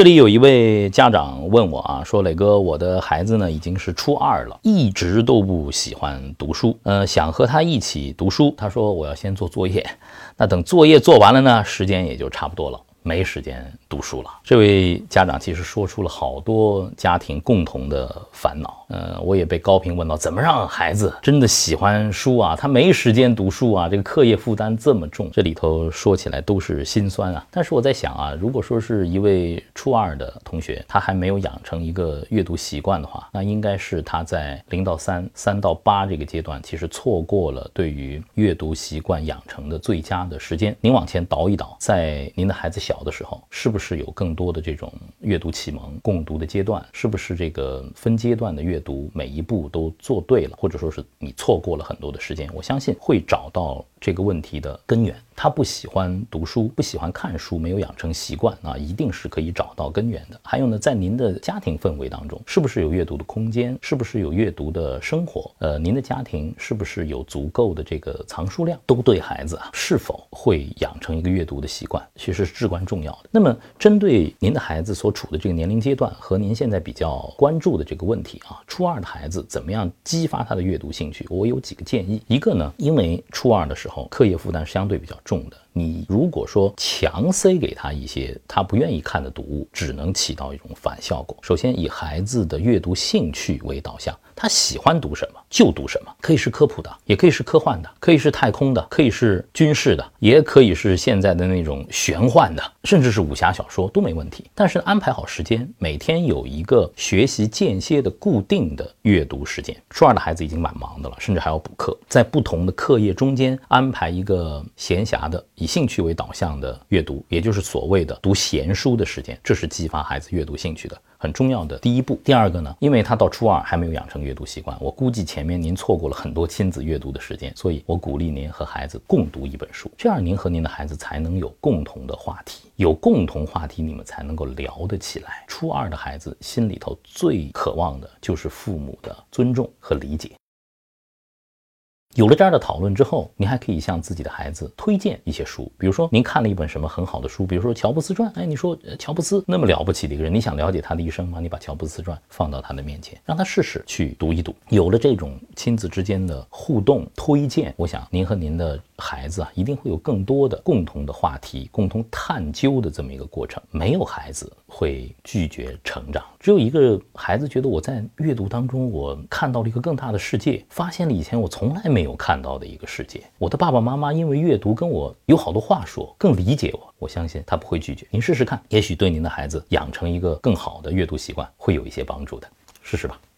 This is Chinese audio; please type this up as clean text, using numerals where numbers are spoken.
这里有一位家长问我啊，说磊哥，我的孩子呢已经是初2了，一直都不喜欢读书，想和他一起读书。他说我要先做作业，那等作业做完了呢，时间也就差不多了。没时间读书了。这位家长其实说出了好多家庭共同的烦恼。我也被高频问到，怎么让孩子真的喜欢书啊？他没时间读书啊，这个课业负担这么重，这里头说起来都是心酸啊。但是我在想啊，如果说是一位初2的同学，他还没有养成一个阅读习惯的话，那应该是他在0到3、3到8这个阶段，其实错过了对于阅读习惯养成的最佳的时间。您往前倒一倒，在您的孩子小的时候，是不是有更多的这种阅读启蒙共读的阶段？是不是这个分阶段的阅读每一步都做对了，或者说是你错过了很多的时间？我相信会找到这个问题的根源。他不喜欢读书，不喜欢看书，没有养成习惯啊，一定是可以找到根源的。还有呢，在您的家庭氛围当中，是不是有阅读的空间？是不是有阅读的生活？您的家庭是不是有足够的这个藏书量？都对孩子是否会养成一个阅读的习惯，其实是至关重要的。那么，针对您的孩子所处的这个年龄阶段和您现在比较关注的这个问题啊，初2的孩子怎么样激发他的阅读兴趣？我有几个建议。一个呢，因为初2的时候课业负担相对比较重的，你如果说强塞给他一些他不愿意看的读物，只能起到一种反效果。首先以孩子的阅读兴趣为导向，他喜欢读什么就读什么，可以是科普的，也可以是科幻的，可以是太空的，可以是军事的，也可以是现在的那种玄幻的，甚至是武侠小说都没问题。但是安排好时间，每天有一个学习间歇的固定的阅读时间。初2的孩子已经蛮忙的了，甚至还要补课，在不同的课业中间安排一个闲暇的以兴趣为导向的阅读，也就是所谓的读闲书的时间，这是激发孩子阅读兴趣的很重要的第一步。第二个呢，因为他到初2还没有养成阅读习惯，我估计前面您错过了很多亲子阅读的时间，所以我鼓励您和孩子共读一本书，这样您和您的孩子才能有共同的话题，有共同话题你们才能够聊得起来。初2的孩子心里头最渴望的就是父母的尊重和理解。有了这样的讨论之后，您还可以向自己的孩子推荐一些书，比如说您看了一本什么很好的书，比如说乔布斯传，你说乔布斯那么了不起的一个人，你想了解他的一生吗？你把乔布斯传放到他的面前，让他试试去读一读。有了这种亲子之间的互动推荐，我想您和您的孩子一定会有更多的共同的话题，共同探究的这么一个过程。没有孩子会拒绝成长，只有一个孩子觉得我在阅读当中我看到了一个更大的世界，发现了以前我从来没有看到的一个世界。我的爸爸妈妈因为阅读跟我有好多话说，更理解我，我相信他不会拒绝。您试试看，也许对您的孩子养成一个更好的阅读习惯会有一些帮助的，试试吧。